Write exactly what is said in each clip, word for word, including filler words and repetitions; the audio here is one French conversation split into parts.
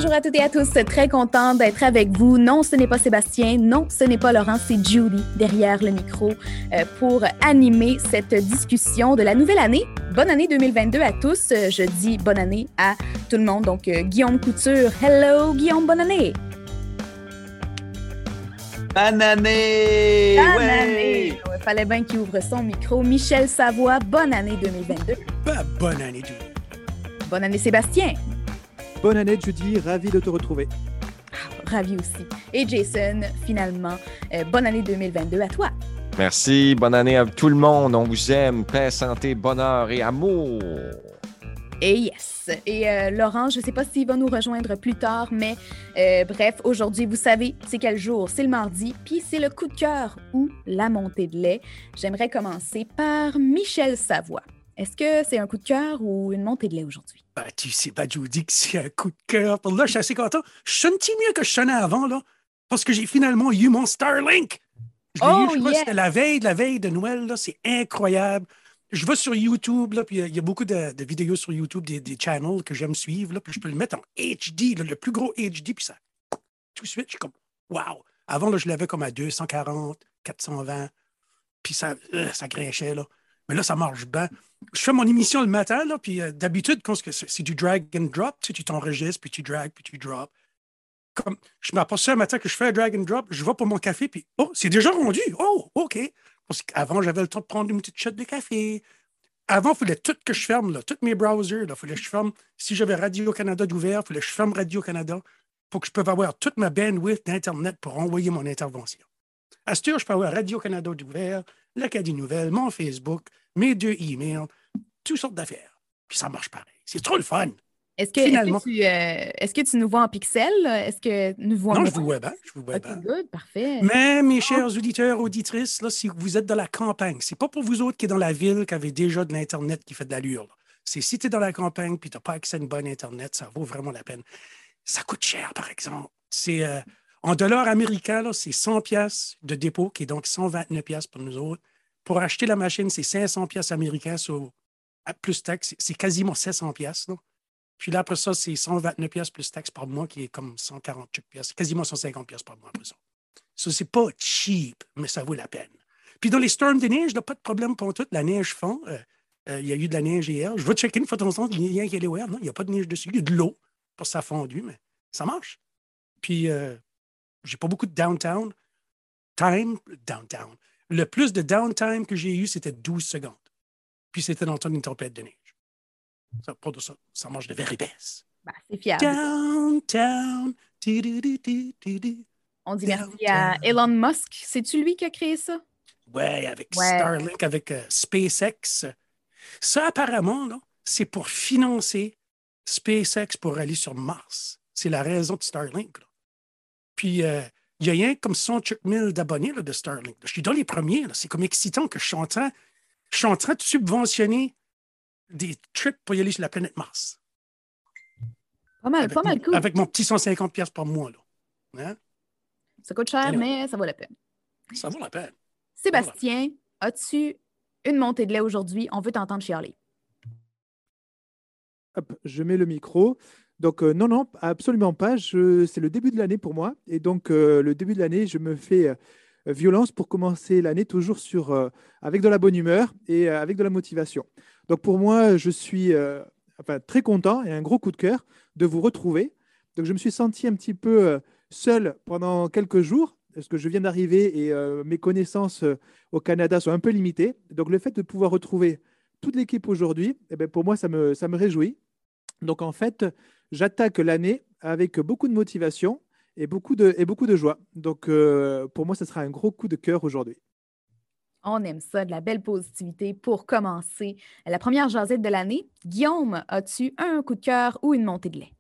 Bonjour à toutes et à tous, très contente d'être avec vous. Non, ce n'est pas Sébastien, non, ce n'est pas Laurent, c'est Julie derrière le micro euh, pour animer cette discussion de la nouvelle année. Bonne année deux mille vingt-deux à tous. Je dis bonne année à tout le monde. Donc, euh, Guillaume Couture, hello Guillaume, bonne année. Bonne année! Bonne ouais. année! Il fallait bien qu'il ouvre son micro. Michel Savoie, bonne année deux mille vingt-deux. Bah, bonne année, Julie. Bonne année Sébastien. Bonne année, Judy. Ravi de te retrouver. Ravi aussi. Et Jason, finalement, euh, bonne année deux mille vingt-deux à toi. Merci, bonne année à tout le monde. On vous aime. Paix, santé, bonheur et amour. Et yes. Et euh, Laurent, je ne sais pas s'il va nous rejoindre plus tard, mais euh, bref, aujourd'hui, vous savez, c'est quel jour? C'est le mardi, puis c'est le coup de cœur ou la montée de lait. J'aimerais commencer par Michel Savoie. Est-ce que c'est un coup de cœur ou une montée de lait aujourd'hui? Ben, tu sais pas, Judy, que c'est un coup de cœur. Pour là, je suis assez content. Je sonne mieux que je sonnais avant, là, parce que j'ai finalement eu mon Starlink. Je l'ai oh, eu, je crois yes. que c'était la veille de la veille de Noël, là. C'est incroyable. Je vais sur YouTube, là, puis il y a beaucoup de, de vidéos sur YouTube, des, des channels que j'aime suivre, là, puis je peux le mettre en H D, là, le plus gros H D, puis ça, tout de suite, je suis comme, wow! Avant, là, je l'avais comme à deux cent quarante, quatre cent vingt, puis ça, euh, ça grinchait, là. Mais là, ça marche bien. Je fais mon émission le matin, là, puis euh, d'habitude, quand c'est, c'est du drag and drop, tu sais, tu t'enregistres, puis tu drag, puis tu drop. Comme, je m'apporte ça un matin que je fais un drag and drop, je vais pour mon café, puis oh, c'est déjà rendu. Oh, OK. Parce qu'avant, j'avais le temps de prendre une petite shot de café. Avant, il fallait tout que je ferme, là, tous mes browsers. Il fallait que je ferme. Si j'avais Radio-Canada d'ouvert, il fallait que je ferme Radio-Canada pour que je puisse avoir toute ma bandwidth d'Internet pour envoyer mon intervention. À ce heure, je peux avoir Radio-Canada d'ouvert, l'Acadie Nouvelle, mon Facebook, mes deux emails, toutes sortes d'affaires. Puis ça marche pareil. C'est trop le fun. Est-ce que, Finalement. est-ce que, tu, euh, est-ce que tu nous vois en pixels? Est-ce que nous voyons... Non, je vous vois bien. Je vous vois OK, bien. good, parfait. Mais, mes chers auditeurs, auditrices, là, si vous êtes dans la campagne, c'est pas pour vous autres qui êtes dans la ville, qui avez déjà de l'Internet qui fait de l'allure. Là. C'est si tu es dans la campagne et tu n'as pas accès à une bonne Internet, ça vaut vraiment la peine. Ça coûte cher, par exemple. C'est, euh, en dollars américains, là, c'est cent piastres de dépôt, qui est donc cent vingt-neuf piastres pour nous autres. Pour acheter la machine, c'est cinq cents piastres américains sur, plus taxes. C'est quasiment sept cents piastres. Là. Puis là, après ça, c'est cent vingt-neuf piastres plus taxes par mois, qui est comme cent quarante piastres. Quasiment cent cinquante piastres par mois après ça. Ça, c'est pas cheap, mais ça vaut la peine. Puis dans les storms de neige, là, pas de problème pour tout. La neige fond. Il euh, euh, y a eu de la neige hier. Je vais checker une fois de temps en temps, il y a qu'elle est ouverte. Non, il n'y a pas de neige dessus. Il y a de l'eau parce que ça a fondu, mais ça marche. Puis, euh, j'ai pas beaucoup de downtime. Time, downtown. Le plus de downtime que j'ai eu, c'était douze secondes. Puis c'était dans le temps d'une tempête de neige. Ça, pour de ça, ça marche de very best. Ben, c'est fiable. Downtown. On dit merci à Elon Musk. C'est-tu lui qui a créé ça? Ouais, avec Ouais. Starlink, avec euh, SpaceX. Ça, apparemment, là, c'est pour financer SpaceX pour aller sur Mars. C'est la raison de Starlink. Là. Puis, il euh, y a rien comme cent mille d'abonnés là, de Starlink. Je suis dans les premiers. Là. C'est comme excitant que je suis en train, je suis en train de subventionner des trips pour y aller sur la planète Mars. Pas mal, avec pas mal mon, cool. Avec mon petit cent cinquante piastres par mois. Là. Hein? Ça coûte cher, Anyway. mais ça vaut la peine. Ça vaut la peine. Sébastien, as-tu une montée de lait aujourd'hui? On veut t'entendre chialer. Hop, je mets le micro. Donc, euh, non, non, absolument pas. Je, c'est le début de l'année pour moi. Et donc, euh, le début de l'année, je me fais euh, violence pour commencer l'année toujours sur, euh, avec de la bonne humeur et euh, avec de la motivation. Donc, pour moi, je suis euh, enfin, très content et un gros coup de cœur de vous retrouver. Donc, je me suis senti un petit peu euh, seul pendant quelques jours parce que je viens d'arriver et euh, mes connaissances euh, au Canada sont un peu limitées. Donc, le fait de pouvoir retrouver toute l'équipe aujourd'hui, eh bien, pour moi, ça me, ça me réjouit. Donc, en fait, j'attaque l'année avec beaucoup de motivation et beaucoup de, et beaucoup de joie. Donc, euh, pour moi, ce sera un gros coup de cœur aujourd'hui. On aime ça, de la belle positivité pour commencer la première jasette de l'année. Guillaume, as-tu un coup de cœur ou une montée de lait?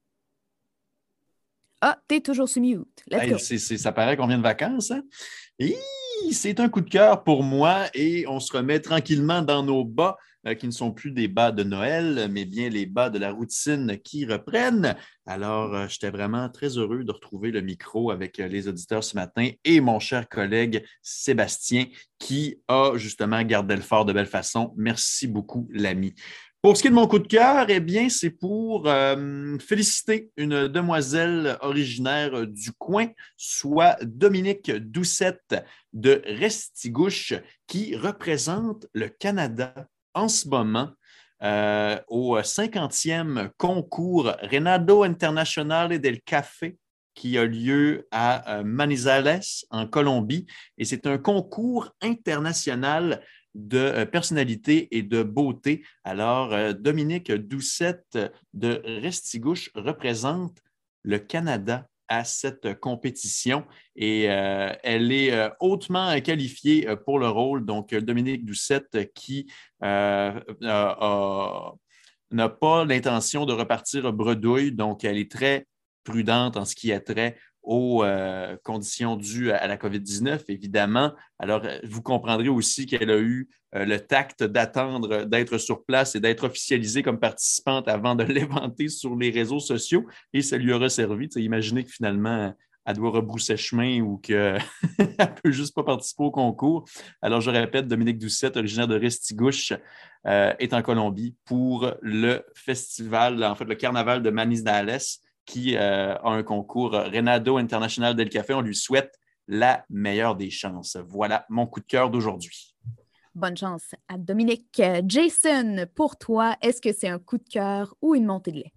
Ah, t'es toujours sur mute. Let's Hey, go. c'est, c'est, ça paraît qu'on vient de vacances. Hein? Et c'est un coup de cœur pour moi et on se remet tranquillement dans nos bas euh, qui ne sont plus des bas de Noël, mais bien les bas de la routine qui reprennent. Alors, euh, j'étais vraiment très heureux de retrouver le micro avec euh, les auditeurs ce matin et mon cher collègue Sébastien qui a justement gardé le fort de belle façon. Merci beaucoup, l'ami. Pour ce qui est de mon coup de cœur, eh bien, c'est pour euh, féliciter une demoiselle originaire du coin, soit Dominique Doucette de Restigouche, qui représente le Canada en ce moment euh, au cinquantième concours Renado Internacional del Café qui a lieu à euh, Manizales, en Colombie. Et c'est un concours international de euh, personnalité et de beauté. Alors, euh, Dominique Doucette de Restigouche représente le Canada à cette compétition et euh, elle est euh, hautement qualifiée euh, pour le rôle. Donc, Dominique Doucette qui euh, a, a, n'a pas l'intention de repartir bredouille, donc elle est très prudente en ce qui a trait aux euh, conditions dues à la COVID dix-neuf, évidemment. Alors, vous comprendrez aussi qu'elle a eu euh, le tact d'attendre d'être sur place et d'être officialisée comme participante avant de l'éventer sur les réseaux sociaux et ça lui aura servi. Tu sais, imaginez que finalement, elle doit rebrousser chemin ou qu'elle ne peut juste pas participer au concours. Alors, je répète, Dominique Doucette, originaire de Restigouche, euh, est en Colombie pour le festival, en fait, le carnaval de Manizales, qui euh, a un concours Renado International del Café. On lui souhaite la meilleure des chances. Voilà mon coup de cœur d'aujourd'hui. Bonne chance à Dominique. Jason, pour toi, est-ce que c'est un coup de cœur ou une montée de lait?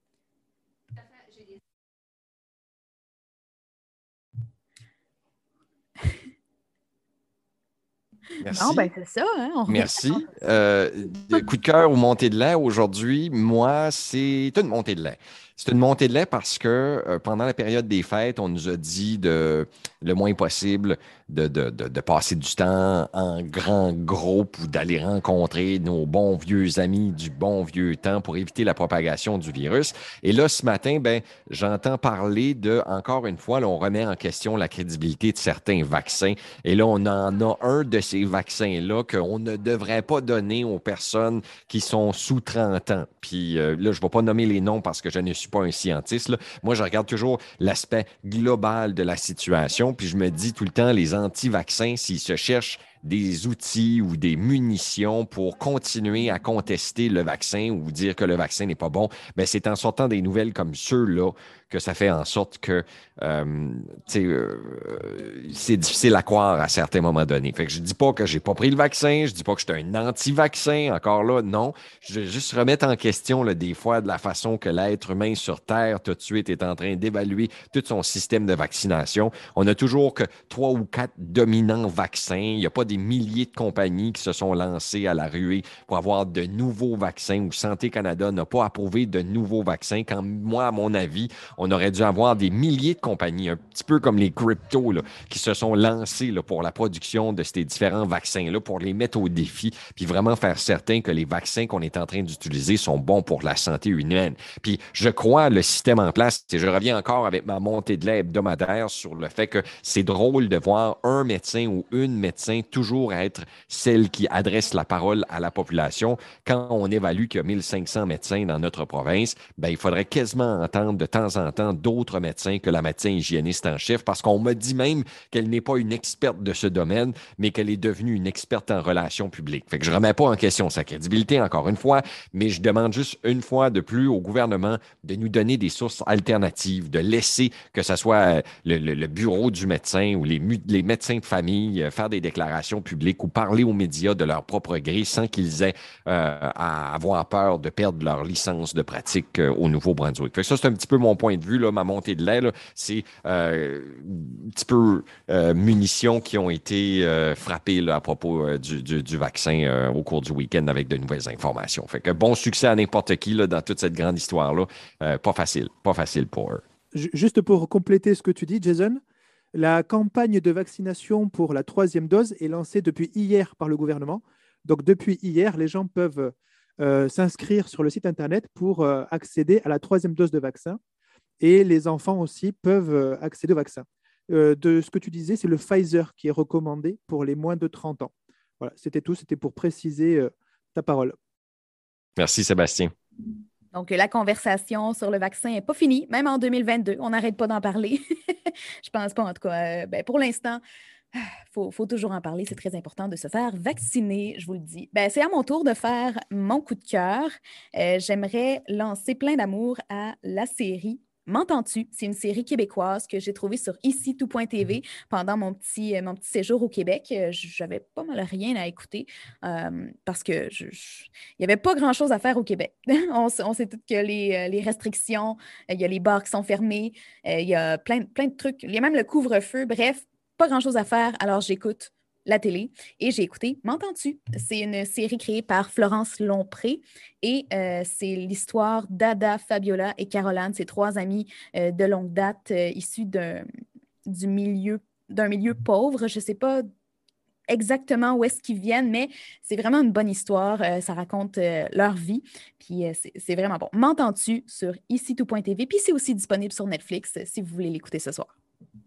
Merci. Non, ben c'est ça. Hein? On Merci. Euh, coup de cœur ou montée de lait aujourd'hui, moi, c'est une montée de lait. C'est une montée de lait parce que euh, pendant la période des fêtes, on nous a dit de le moins possible de, de, de, de passer du temps en grand groupe ou d'aller rencontrer nos bons vieux amis du bon vieux temps pour éviter la propagation du virus. Et là, ce matin, ben, j'entends parler de, encore une fois, là, on remet en question la crédibilité de certains vaccins. Et là, on en a un de ces vaccins-là qu'on ne devrait pas donner aux personnes qui sont sous trente ans. Puis euh, là, je ne vais pas nommer les noms parce que je ne suis pas un scientiste. Là. Moi, je regarde toujours l'aspect global de la situation. Puis je me dis tout le temps, les anti-vaccins, s'ils se cherchent des outils ou des munitions pour continuer à contester le vaccin ou dire que le vaccin n'est pas bon, bien, c'est en sortant des nouvelles comme ceux-là que ça fait en sorte que euh, euh, c'est difficile à croire à certains moments donnés. Fait que je dis pas que j'ai pas pris le vaccin, je dis pas que je suis un anti-vaccin, encore là, non. Je vais juste remettre en question là, des fois de la façon que l'être humain sur Terre tout de suite est en train d'évaluer tout son système de vaccination. On a toujours que trois ou quatre dominants vaccins. Il n'y a pas des milliers de compagnies qui se sont lancées à la ruée pour avoir de nouveaux vaccins ou Santé Canada n'a pas approuvé de nouveaux vaccins quand moi, à mon avis, on aurait dû avoir des milliers de compagnies, un petit peu comme les cryptos, là, qui se sont lancés là, pour la production de ces différents vaccins-là, pour les mettre au défi, puis vraiment faire certain que les vaccins qu'on est en train d'utiliser sont bons pour la santé humaine. Puis je crois le système en place, et je reviens encore avec ma montée de lait hebdomadaire sur le fait que c'est drôle de voir un médecin ou une médecin toujours être celle qui adresse la parole à la population. Quand on évalue qu'il y a mille cinq cents médecins dans notre province, ben, il faudrait quasiment entendre de temps en temps d'autres médecins que la médecin hygiéniste en chef, parce qu'on m'a dit même qu'elle n'est pas une experte de ce domaine, mais qu'elle est devenue une experte en relations publiques. Fait que je ne remets pas en question sa crédibilité, encore une fois, mais je demande juste une fois de plus au gouvernement de nous donner des sources alternatives, de laisser que ce soit le, le, le bureau du médecin ou les, les médecins de famille euh, faire des déclarations publiques ou parler aux médias de leur propre gré sans qu'ils aient euh, à avoir peur de perdre leur licence de pratique euh, au Nouveau-Brunswick. Fait que ça, c'est un petit peu mon point de vue, là, ma montée de lait, là, c'est euh, un petit peu euh, munitions qui ont été euh, frappées là, à propos euh, du, du, du vaccin euh, au cours du week-end avec de nouvelles informations. Fait que bon succès à n'importe qui là, dans toute cette grande histoire-là. Euh, pas facile, pas facile pour eux. Juste pour compléter ce que tu dis, Jason, la campagne de vaccination pour la troisième dose est lancée depuis hier par le gouvernement. Donc depuis hier, les gens peuvent euh, s'inscrire sur le site Internet pour euh, accéder à la troisième dose de vaccin. Et les enfants aussi peuvent accéder au vaccin. Euh, de ce que tu disais, c'est le Pfizer qui est recommandé pour les moins de trente ans. Voilà, c'était tout. C'était pour préciser euh, ta parole. Merci, Sébastien. Donc, la conversation sur le vaccin n'est pas finie, même en deux mille vingt-deux. On n'arrête pas d'en parler. Je pense pas, en tout cas. Euh, ben, pour l'instant, Faut, faut toujours en parler, c'est très important de se faire vacciner, je vous le dis. Ben, c'est à mon tour de faire mon coup de cœur. Euh, j'aimerais lancer plein d'amour à la série M'entends-tu? C'est une série québécoise que j'ai trouvée sur ici tout point t v pendant mon petit, euh, mon petit séjour au Québec. Euh, J'avais pas mal rien à écouter euh, parce que je, je- il n'y avait pas grand-chose à faire au Québec. on, s- on sait toutes que les, euh, les restrictions, euh, il y a les bars qui sont fermés, euh, il y a plein, plein de trucs. Il y a même le couvre-feu. Bref, pas grand-chose à faire. Alors j'écoute la télé et j'ai écouté M'entends-tu? C'est une série créée par Florence Lompré et euh, c'est l'histoire d'Ada, Fabiola et Caroline, ces trois amies euh, de longue date euh, issues d'un du milieu, d'un milieu pauvre. Je ne sais pas exactement où est-ce qu'ils viennent, mais c'est vraiment une bonne histoire. Euh, ça raconte euh, leur vie, puis euh, c'est c'est vraiment bon. M'entends-tu sur ici tout point t v? Puis c'est aussi disponible sur Netflix euh, si vous voulez l'écouter ce soir.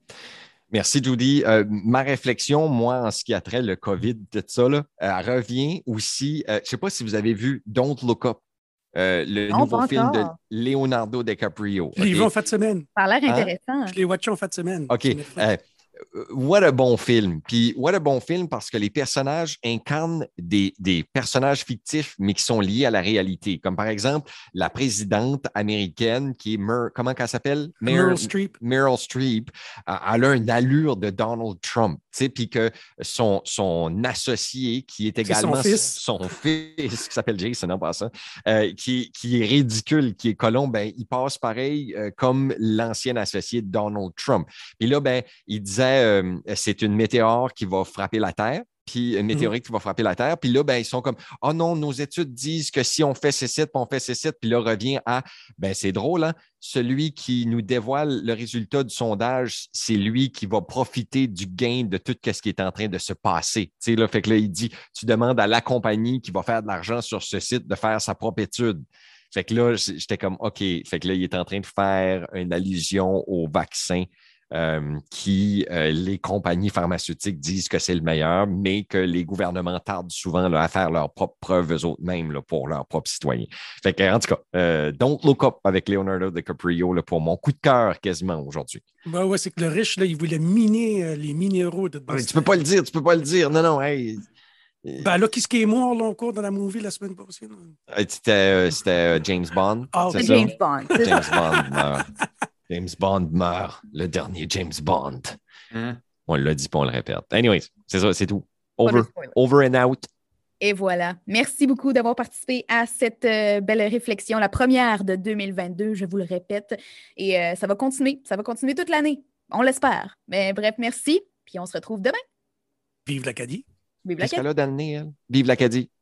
Merci, Judy. Euh, ma réflexion, moi, en ce qui a trait le COVID, tout ça, là, elle revient aussi. Euh, je ne sais pas si vous avez vu Don't Look Up, euh, le Non, nouveau pas film de encore. Leonardo DiCaprio. Je l'ai OK? vu en fin de semaine. Ça a l'air Hein? intéressant. Je l'ai watché en fin de semaine. OK. sur Netflix. Euh, what a bon film. Puis, what a bon film parce que les personnages incarnent des, des personnages fictifs, mais qui sont liés à la réalité. Comme par exemple, la présidente américaine qui est, Mer, comment qu'elle s'appelle? Meryl Streep. Meryl Streep. Euh, elle a une allure de Donald Trump. Tu sais, puis que son, son associé, qui est également son fils. son fils, qui s'appelle Jason en passant, euh, qui, qui est ridicule, qui est colon, ben, il passe pareil euh, comme l'ancien associé de Donald Trump. Puis là, ben, il disait euh, c'est une météore qui va frapper la Terre. Puis une météorite mm-hmm. qui va frapper la Terre. Puis là, ben, ils sont comme « Oh non, nos études disent que si on fait ces sites, puis on fait ces sites, puis là, revient à ben c'est drôle, hein? Celui qui nous dévoile le résultat du sondage, c'est lui qui va profiter du gain de tout ce qui est en train de se passer. Tu sais, là, fait que là, il dit tu demandes à la compagnie qui va faire de l'argent sur ce site de faire sa propre étude. Fait que là, j'étais comme OK. Fait que là, il est en train de faire une allusion au vaccin. Euh, qui, euh, les compagnies pharmaceutiques disent que c'est le meilleur, mais que les gouvernements tardent souvent là, à faire leurs propres preuves eux-mêmes là, pour leurs propres citoyens. Fait que, en tout cas, euh, Don't Look Up avec Leonardo DiCaprio là, pour mon coup de cœur quasiment aujourd'hui. Ben ouais, c'est que le riche, là, il voulait miner euh, les minéraux de Boston. Ouais, tu peux pas le dire, tu peux pas le dire. Non, non, hey. Ben là, qu'est-ce qui est mort là, encore dans la movie la semaine passée? C'était, euh, c'était euh, James Bond. Ah, c'est James ça? Bond. James Bond meurt. James Bond meurt, le dernier James Bond. Hein? On l'a dit, puis on le répète. Anyways, c'est ça, c'est tout. Over, over and out. Et voilà. Merci beaucoup d'avoir participé à cette euh, belle réflexion, la première de deux mille vingt-deux, je vous le répète. Et euh, ça va continuer, ça va continuer toute l'année. On l'espère. Mais bref, merci. Puis on se retrouve demain. Vive l'Acadie. Vive Qu'est-ce l'Acadie. qu'elle a dans le nez, elle? Vive l'Acadie.